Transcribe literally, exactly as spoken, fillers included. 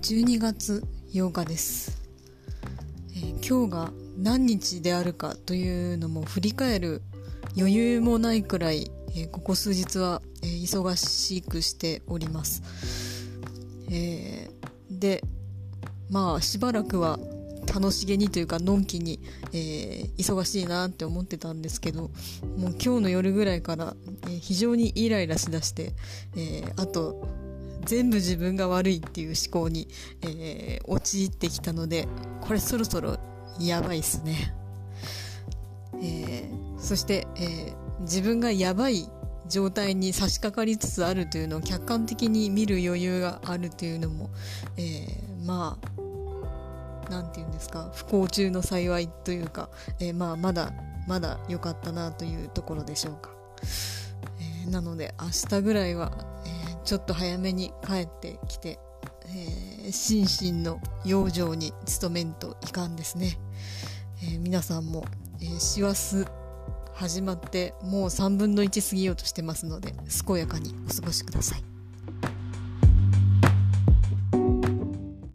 じゅうにがつようかです、えー、今日が何日であるかというのも振り返る余裕もないくらい、えー、ここ数日は、えー、忙しくしております、えー、でまあしばらくは楽しげにというかのんきに、えー、忙しいなって思ってたんですけど、もう今日の夜ぐらいから、えー、非常にイライラしだして、えー、あと全部自分が悪いっていう思考に、えー、陥ってきたので、これそろそろやばいですね、えー、そして、えー、自分がやばい状態に差し掛かりつつあるというのを客観的に見る余裕があるというのも、えー、まあなんていうんですか、不幸中の幸いというか、えー、まあまだまだ良かったなというところでしょうか、えー、なので明日ぐらいは、えー、ちょっと早めに帰ってきて、えー、心身の養生に努めんといかんですね、えー、皆さんも、えー、師走始まってもうさんぶんのいち過ぎようとしてますので、健やかにお過ごしください。